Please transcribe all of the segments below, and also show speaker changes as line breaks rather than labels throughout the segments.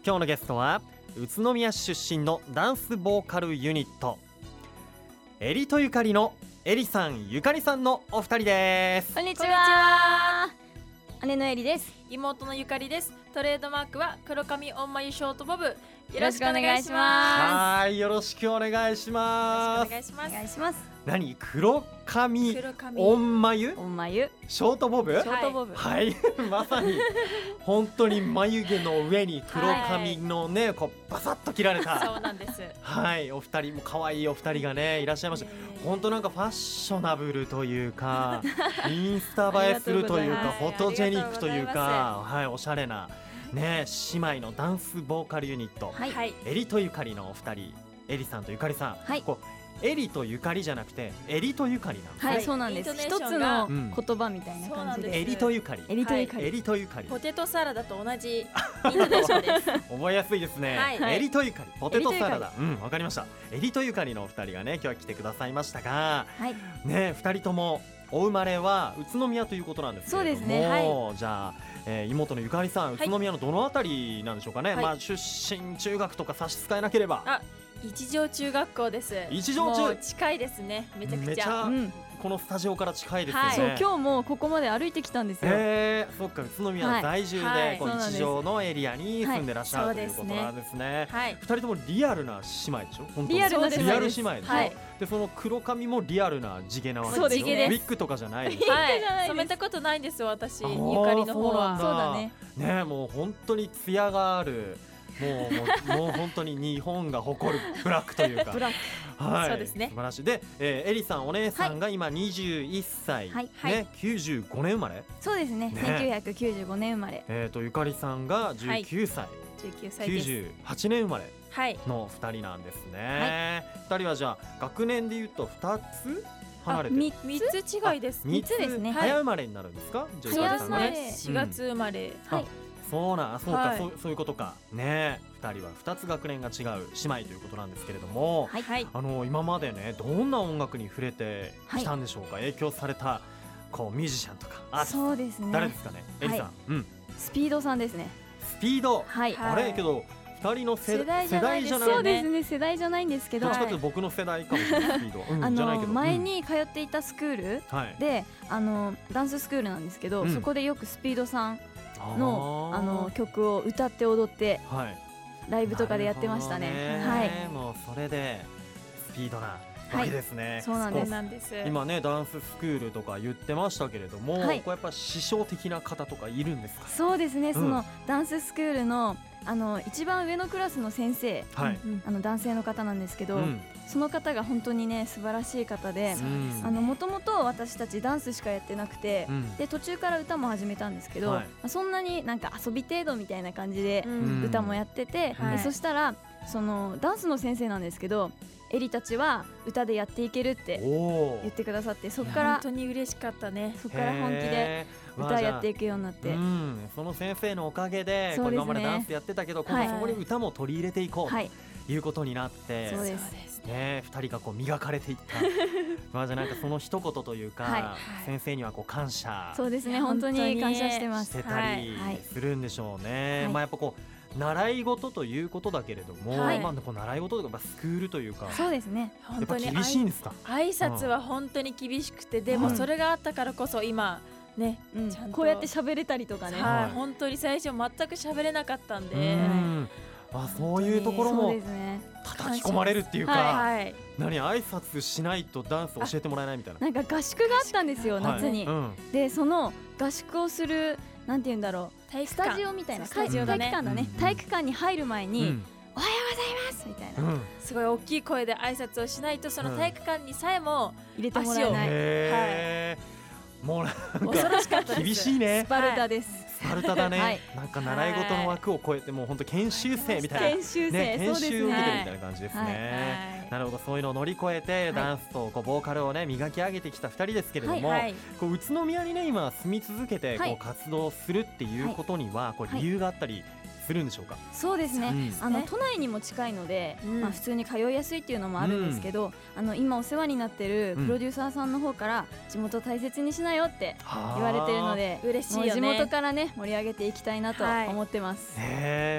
今日のゲストは宇都宮市出身のダンスボーカルユニットエリとゆかりのエリさんゆかりさんのお二人です。
こんにちは。姉のエリです。
妹のゆかりです。トレードマークは黒髪オンマユショートボブ。よろしくお願いし
ます。はい、よろしくお願いします。
お願いします。
お願いします。
何、黒髪オンマユショートボブ、はい、まさに本当に眉毛の上に黒髪のね、こうバサッと切られた
そうなんです。
はい、お二人も可愛いお二人がねいらっしゃいました。本当なんかファッショナブルというかインスタ映えするというかフォトジェニックというか、はい、おしゃれなね姉妹のダンスボーカルユニット、はい、エリとゆかりのお二人、エリさんとゆかりさん、はい、こうエリとゆかりじゃなくてエリとゆかりなんですね。
はい、そうなんです。一つの言葉みたいな感じで、
エリとゆかり、
エリとゆかり、
エリとゆかり、
ポテトサラダと同じイントネーションです
覚えやすいですね、はい、エリとゆかり、ポテトサラダ、わかりました。エリとゆかりのお二人がね今日は来てくださいましたが、はい、ね、二人ともお生まれは宇都宮ということなんですけれども、そうですね、はい、じゃあ、妹のゆかりさん、宇都宮のどのあたりなんでしょうかね、はい、まあ、出身中学とか差し支えなければ。
一条中学校です。
一条中、
近いですね。めちゃくちゃ、
このスタジオから近いですよね、はい、
そう、今日もここまで歩いてきたんですよ。
そっか、宇都宮在住で、はい、こう一条のエリアに住んでらっしゃる、はい、ということなんですね。二人ともリアルな姉妹でしょ。本当
リアルな姉妹です。
リアル姉妹でしょ、はい、でその黒髪もリアルな地毛なわけですよ。ウィッグとかじゃないですよ、
はい、染めたことないんですよ私、ゆかりの方は。
そうだね。
ね、もう本当にツヤがある、もう本当に日本が誇るブラックというかはい、そうですね、素晴らしい。で、エリさんお姉さんが今21歳、はい、ね、95年生まれ。
そうですね、1995年生まれ。
ゆかりさんが19歳、
19歳です。
98年生まれの2人なんですね。2人はじゃあ学年でいうと2つ離れてる。
3つ違いです。
3つですね。
早生まれになるんですか。
早生まれ、4月生まれ。はい。
そうか、そういうことかね。2人は2つ学年が違う姉妹ということなんですけれども、はい、今までねどんな音楽に触れてきたんでしょうか。影響されたこうミュージシャンとかアーティスト、そうですね、誰ですかね。エリさん、
スピードさんですね。
スピード、はい、あれけど2人の世代じゃない。
そうですね、世代じゃないんですけど、
どっちかというと僕の世代かもしれない。スピード、
前に通っていたスクールで、ダンススクールなんですけど、そこでよくスピードさんの曲を歌って踊ってライブとかでやってましたね。はい、
もうそれでスピードなわけですね。
そうなんです。
今ねダンススクールとか言ってましたけれども、こうやっぱ師匠的な方とかいるんですか。
そうですね、そのダンススクールの一番上のクラスの先生、男性の方なんですけど、その方が本当にね素晴らしい方で、もともと私たちダンスしかやってなくて、で途中から歌も始めたんですけど、そんなになんか遊び程度みたいな感じで歌もやってて、そしたらそのダンスの先生なんですけど、エリたちは歌でやっていけるって言ってくださって、そこから
本当に嬉しかったね。
そこから本気で歌やっていくようになって、
その先生のおかげでこれ今までダンスやってたけど、今度そこに歌も取り入れていこうということになって、
そうです
ね、2人がこう磨かれていったじゃなんかその一言というか、先生にはこう感謝、
そうですね、本当に感謝してます。
してたりするんでしょうね。やっぱこう習い事ということだけれども、こう習い事とかスクールというか、
そうですね、
本当に厳しいんですか。
挨拶は本当に厳しくて、でもそれがあったからこそ今ね、
ちゃんとこうやって喋れたりとかね。
本当に最初全く喋れなかったんで、
そういうところも叩き込まれるっていうか、何挨拶しないとダンス教えてもらえないみたいな。
なんか合宿があったんですよ、夏に。でその合宿をする、なんて言うんだろう、スタジオみたいな、体育館だね、体育館に入る前に、おはようございますみたいな、
すごい大きい声で挨拶をしないと、その体育館にさえも
入れてもらえない。
もう
恐ろしかったです。
厳しいね。
スパルタです。
スパルタだね。なんか習い事の枠を超えて、もう本当研修生みたいな、研修を受けてるみたいな感じですね。なるほど、そういうのを乗り越えてダンスとこうボーカルをね磨き上げてきた2人ですけれども、こう宇都宮にね今住み続けてこう活動するっていうことにはこう理由があったりするんでしょうか。
そうですね、都内にも近いので、普通に通いやすいっていうのもあるんですけど、今お世話になってるプロデューサーさんの方から地元大切にしなよって言われてるので、
嬉しいよね。
地元からね盛り上げていきたいなと思ってます。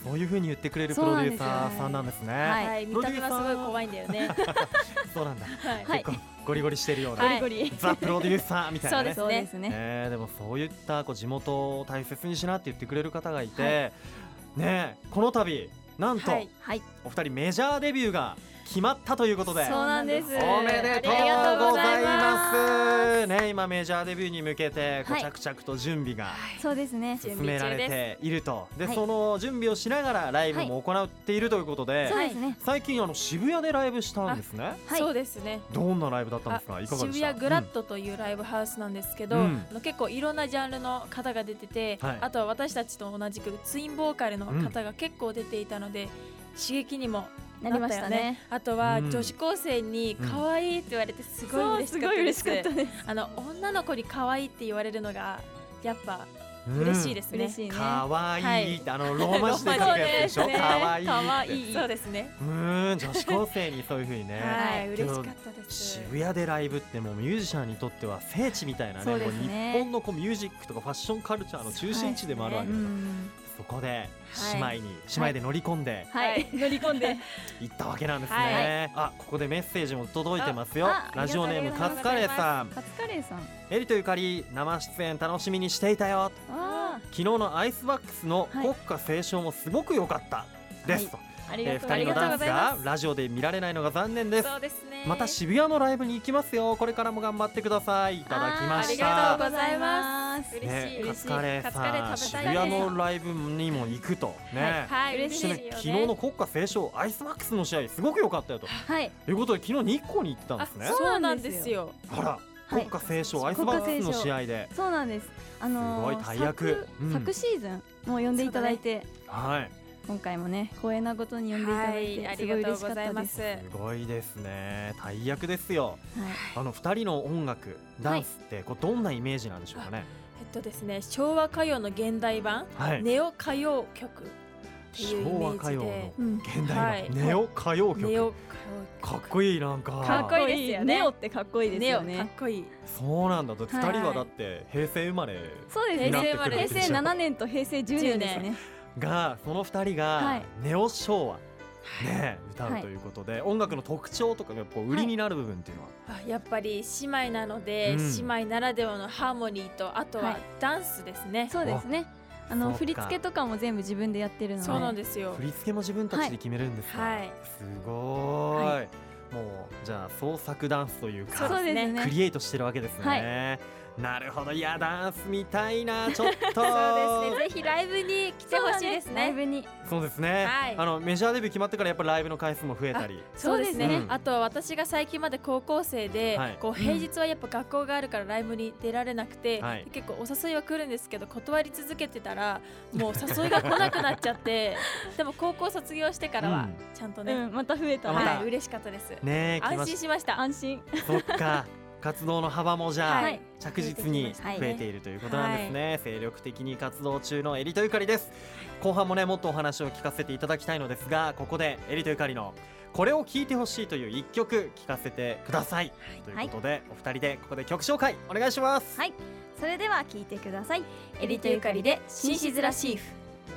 そういう風に言ってくれるプロデューサーさんなんですね。
はい、
見た目がすごい怖いんだよね。
そうなんだ。
はい、
結構ゴリゴリしてるような、
ゴリゴリ
ザ・プロデューサーみたいなね。
そうですね。
でもそういった地元を大切にしなって言ってくれる方がいて、ね、この度なんとお二人メジャーデビューが決まったということで、
そうなんです。
おめでとうございますね。今メジャーデビューに向けて着々と準備が
そうですね、
進められていると。で、その準備をしながらライブも行っているということで、最近渋谷でライブしたんですね。
そうですね。
どんなライブだったんですか？いかがでした？
渋谷グラッドというライブハウスなんですけど、結構いろんなジャンルの方が出てて、あとは私たちと同じくツインボーカルの方が結構出ていたので、刺激にもなりましたね。あとは女子高生に可愛いって言われてすごい嬉しかったです。女の子に可愛いって言われるのがやっぱ嬉しいですね。
可愛いってローマ字で書くやつでしょ。可愛い。
そうですね。
女子高生にそういう風にね。
嬉しかったです。
渋谷でライブってもうミュージシャンにとっては聖地みたいなね。もう日本のミュージックとかファッションカルチャーの中心地でもあるわけです。そこで姉妹で乗り込んで行ったわけなんですね。ここでメッセージも届いてますよ。ラジオネームカツカレーさん。エリとゆかり生出演楽しみにしていたよ。昨日のアイスバックスの国歌斉唱もすごく良かったですと。2人のダンスがラジオで見られないのが残念です。また渋谷のライブに行きますよ。これからも頑張ってください。いただきました。
ありがとうございます。
嬉しい。カツカレーさん、渋谷のライブにも行くとね。
嬉しいですよね。
昨日の国歌斉唱アイスバックスの試合すごく良かったよということで、昨日日光に行ってたんですね。
そうなんですよ。
あら、国歌斉唱アイスバックスの試合で。
そうなんです。
すごい大役。
昨シーズンも呼んでいただいて、
はい。
今回もね光栄なことに呼んでいただいてすごい嬉しかったです。
すごいですね。大役ですよ。2人の音楽ダンスってどんなイメージなんでしょうかね。
ですね、昭和歌謡の現代版、ネオ歌謡曲っていうイメージで、
昭和歌謡の現代版、ネオ歌謡曲、かっこいい。なんか
かっこいいですよね。
ネオってかっこいいですよね。
かっこいい。
そうなんだ。2人はだって平成生まれ。
そうですね。平成7年と平成10年ですね。
がその2人がネオ昭和ね歌うということで、音楽の特徴とかが売りになる部分っていうのは、
やっぱり姉妹なので、姉妹ならではのハーモニーと、あとはダンスですね。
そうですね。振り付けとかも全部自分でやってるので。
そうなんですよ。
振り付けも自分たちで決めるんですね。すごい。もうじゃあ創作ダンスというかクリエイトしてるわけですね。なるほど。いや、ダンスみたいな。ちょっと
そうですね。ぜひライブに来てほしいですね。
ライブに。
そうですね。メジャーデビュー決まってからやっぱりライブの回数も増えたり。
そうですね。あと私が最近まで高校生で、平日はやっぱ学校があるからライブに出られなくて、結構お誘いは来るんですけど断り続けてたらもう誘いが来なくなっちゃって、でも高校卒業してからはちゃんとね、
また増えた。
嬉しかったです。
安
心しました。
安心。
そっか。活動の幅もじゃあ着実に増えているということなんですね。精力的に活動中のエリとゆかりです。後半もねもっとお話を聞かせていただきたいのですが、ここでエリとゆかりのこれを聴いてほしいという一曲聴かせてください。ということでお二人でここで曲紹介お願いします。
はい、それでは聴いてください。エリとゆかりで紳士面シーフ。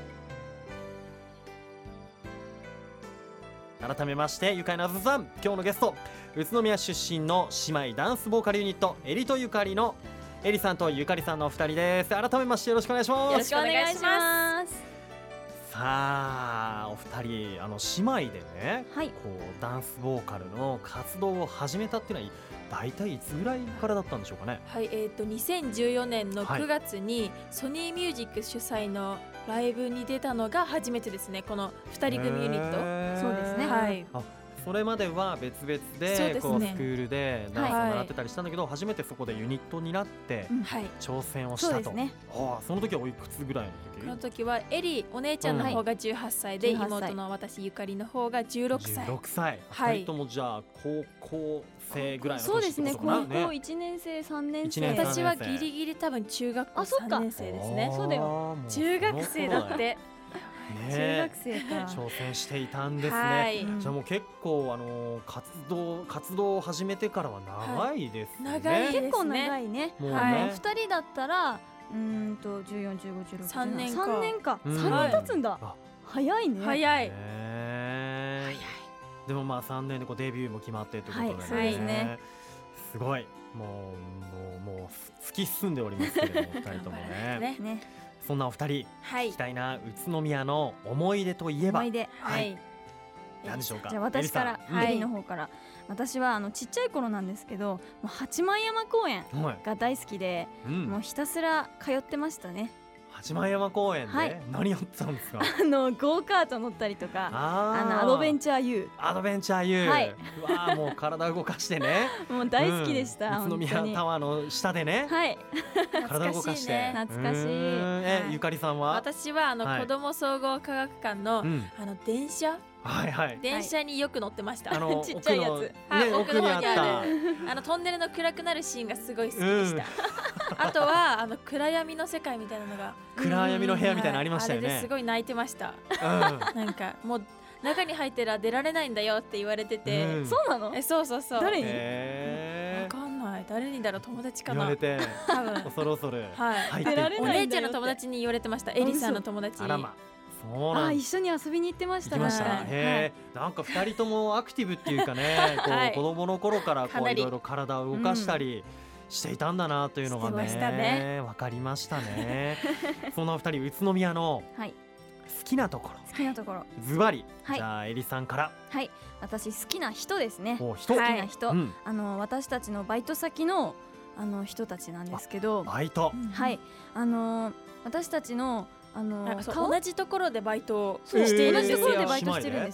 改めましてゆかいなずさん、今日のゲスト宇都宮出身の姉妹ダンスボーカルユニットエリとゆかりのエリさんとゆかりさんのお二人です。改めましてよろしくお願いします。
よろしくお願いします。
さあお二人姉妹でね、こうダンスボーカルの活動を始めたっていうのは大体いつぐらいからだったんでしょうかね。
2014年の9月にソニーミュージック主催のライブに出たのが初めてですね。この2人組ユニット。
そうですね。
それまでは別々でこうスクールでダンスを習ってたりしたんだけど、初めてそこでユニットになって挑戦をしたと。その時はおいくつぐらいの時？
この時はエリお姉ちゃんの方が18歳で、妹の私ゆかりの方が16歳。
16歳。2人ともじゃあ高校生ぐらいの年ってことかな。
そうですね。高校1年生3年生。
私はギリギリ多分中学校3年生ですね。そうだよ。中学生だって。
中学生か。
挑戦していたんですね。じゃあもう結構活動を始めてからは長いですね。
結構長いね。2人だったら14、15、16、3年か。3年経つんだ。 早いね。
早い。
でもまあ3年でこうデビューも決まってということでね、
そうですね。
すごいもう突き進んでおりますけれども2人ともね。そんなお二人、聞きたいな、宇都宮の思い出といえば。
思い出、
何でしょうか。
じゃあ私からエリの方から、私はちっちゃい頃なんですけど、もう八幡山公園が大好きで、もうひたすら通ってましたね。
八幡山公園で何やってたんですか。
ゴーカート乗ったりとか、アドベンチャー U。
アドベンチャー U。うわもう体動かしてね。
もう大好きでした。
宇都宮タワーの下でね。体動かして。
懐かしい。
ゆかりさんは。
私は子ども総合科学館の電車。電車によく乗ってました。
ちっちゃいやつ。
奥の方にあるトンネルの暗くなるシーンがすごい好きでした。あとは暗闇の世界みたいなのが、
暗闇の部屋みたいなのありましたよね。
あれですごい泣いてました。なんかもう中に入ってら出られないんだよって言われてて。
そうなの？
そう。
誰に？
わかんない。誰にだろう、友達かな。
言われて。多分。恐る恐る。
お姉ちゃんの友達に言われてました。エリさんの友達。
一緒に遊びに行ってました
ね。なんか2人ともアクティブっていうかね、子供の頃からこういろいろ体を動かしたりしていたんだなというのがね、分かりましたね。そんなお二人、宇都宮の好きなところ、ズバリ、じゃあエリさんから。
私好きな人ですね。好きな人、私たちのバイト先の人たちなんですけど。
バイト。
私たちの
同じところでバイトを
しているんですよ。同じところでバイトしてるんです。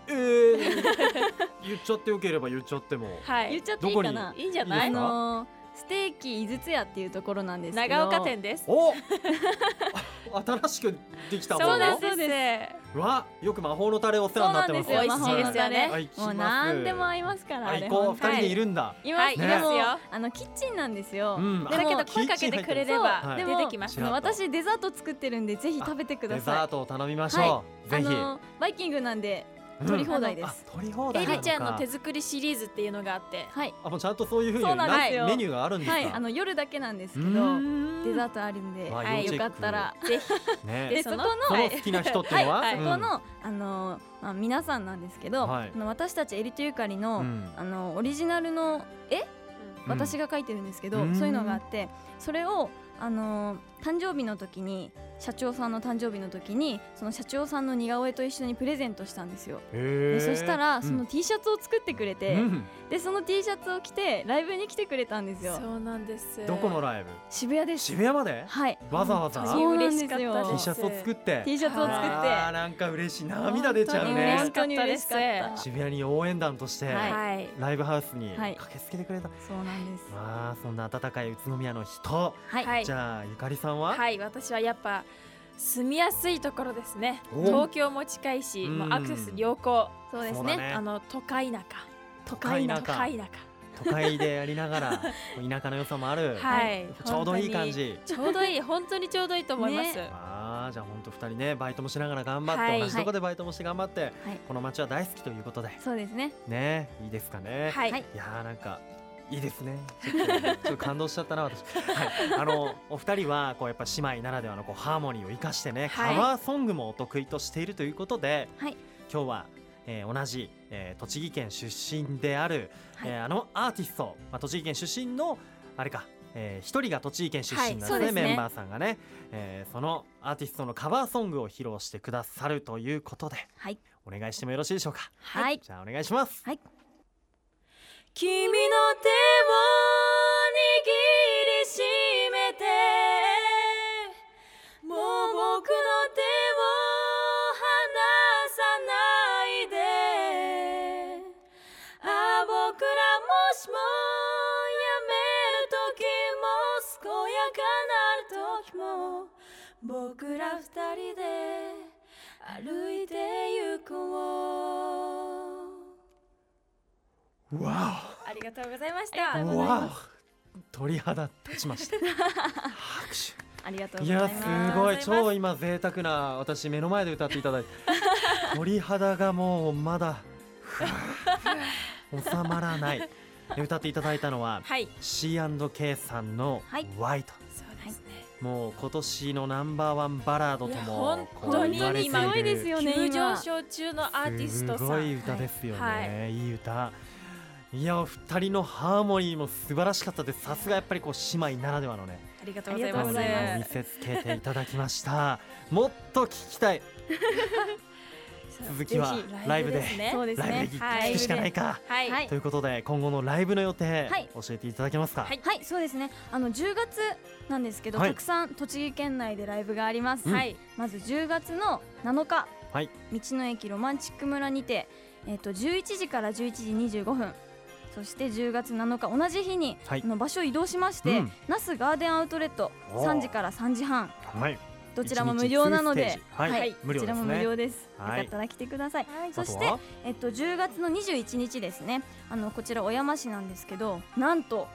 言っちゃってよければ言っちゃっても。
言っちゃっていいかな。
いいんじゃない？
ステーキ井筒屋っていうところなんですけど。
長岡店です。
お、新しくできたもの。
そうです。
わ、よく魔法のタレお世話になってます。
美味しいですよね。
もう何でも合いますから。
2人でいるんだ。
いますよ。キッチンなんですよ。
だけど声かけてくれれば出てきます。
私デザート作ってるんでぜひ食べてください。
デザートを頼みましょう。ぜひ。
バイキングなんで。取り放題です。
取り放題。
エリちゃんの手作りシリーズっていうのがあって、
もうちゃんとそういう風にメニューがあるんですか。
夜だけなんですけどデザートあるんで、よかったらぜひ。でそこの
好きな人っていうのは、
そこの皆さんなんですけど、私たちエリとゆかりのオリジナルの絵、私が描いてるんですけど、そういうのがあって、それを誕生日の時に、社長さんの誕生日の時にその社長さんの似顔絵と一緒にプレゼントしたんですよ。でそしたらその T シャツを作ってくれて、でその T シャツを着てライブに来てくれたんですよ。
そうなんです。
どこのライブ？
渋谷です。
渋谷まで？わざわざ。
そうなんですよ。
T シャツを作って。
T シャツを作って。
なんか嬉しい、涙出ちゃうね。
本当に嬉しかった。
渋谷に応援団としてライブハウスに駆けつけてくれた。
そうなんです。
そんな温かい宇都宮の人。じゃあゆかりさんは？
私はやっぱ住みやすいところですね。東京も近いし、アクセス良好。
そうですね。
都会中。
都会でありながら田舎の良さもある。ちょうどいい感じ。
ちょうどいい、本当にちょうどいいと思います。
じゃあ本当2人ね、バイトもしながら頑張って、同じところでバイトもして頑張って、この街は大好きということで。
そうですね。
ね、いいですかね。いやなんかいいですね。ちょっと感動しちゃったな私。お二人はこうやっぱ姉妹ならではのこうハーモニーを生かしてね、カバーソングもお得意としているということで、今日は同じ栃木県出身であるアーティスト、栃木県出身のあれか、一人が栃木県出身なんですね、メンバーさんがね、そのアーティストのカバーソングを披露してくださるということで、お願いしてもよろしいでしょうか。じゃあお願いします。
君の手を握りしめて、もう僕の手を離さないで。僕らもしもやめる時も健やかなる時も、僕ら二人で歩いてゆこう。
わ
ありがとうございました。
わお、鳥肌立ちました。拍手。
ありがとうございます。
いやすごい、超今贅沢な、私目の前で歌っていただいて鳥肌がもうまだ収まらない。歌っていただいたのは、C&K さんのワイト。 もう今年のナンバーワンバラードとも
本当に今
すごいですよね。
急上昇中のアーティストさん、
すごい歌ですよね、
はい、
いい歌。いやお二人のハーモニーも素晴らしかったです。さすがやっぱりこう姉妹ならではのね、
ありがとうございます。
見せつけていただきましたもっと聞きたい続きはライブで、
そうですね、
ライブで聞くしかないか、
はいはい、
ということで今後のライブの予定、
はい、
教えていただけますか。
はい、はい、そうですね、10月なんですけど、たくさん栃木県内でライブがあります、はい、まず10月の7日、はい、道の駅ロマンチック村にて、11時から11時25分、そして10月7日同じ日に、はい、場所を移動しまして、那須ガーデンアウトレット3時から3時半、はい、どちらも無料なので、はい、どちらも無料です。よかったら来てください。そして、10月の21日ですね、こちら小山市なんですけど、なんと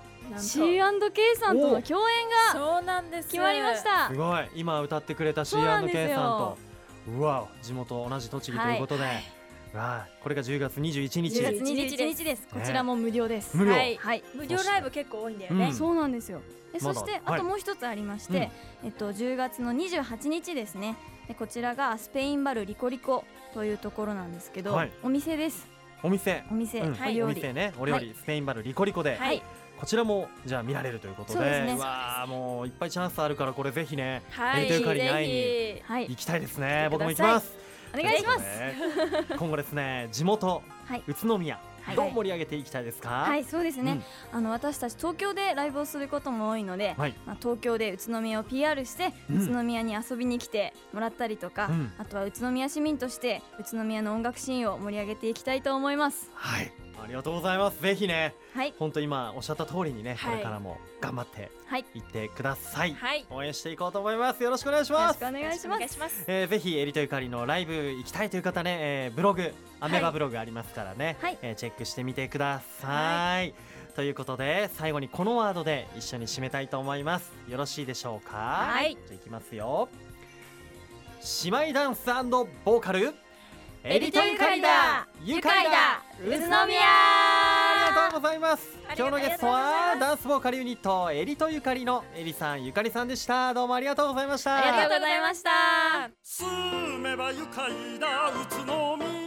C&K さんとの共演が決まりました。
すごい、今歌ってくれた C&K さんと、うわ、地元同じ栃木ということで、これが10月21日。
10月21日です。こちらも無料です。
無料、
はい、無料ライブ結構多いんだよね。
そうなんですよ。そしてあともう一つありまして、10月の28日ですね。こちらがスペインバルリコリコというところなんですけど、お店です。
お店、
お店
ね、お料理、スペインバルリコリコで、こちらもじゃあ見られるということで、わあ、もういっぱいチャンスあるから、これぜひね、エリトゆかりに会いに行きたいですね。僕も行きます。
お願いします。
今後ですね、地元宇都宮どう盛り上げていきたいですか。
はい、そうですね、私たち東京でライブをすることも多いので、東京で宇都宮を PR して宇都宮に遊びに来てもらったりとか、あとは宇都宮市民として宇都宮の音楽シーンを盛り上げていきたいと思います。
はい、ありがとうございます。ぜひね、本当今おっしゃった通りにね、これからも頑張っていってください。応援していこうと思います。よろしくお願いします。
よろしくお願いします。
ぜひエリトゆかりのライブ行きたいという方ね、ブログ、アメバブログありますからね、チェックしてみてください。ということで最後にこのワードで一緒に締めたいと思います。よろしいでしょうか。はい、じゃあいきますよ。姉妹ダンス&ボーカルエリトゆかりだ、ゆかりだ宇都宮。ありがとうございます。今日のゲストはダンスボーカルユニットエリトゆかりのエリさん、ゆかりさんでした。どうもありがとうございました。
ありがとうございました。
住めば愉快だ宇都宮。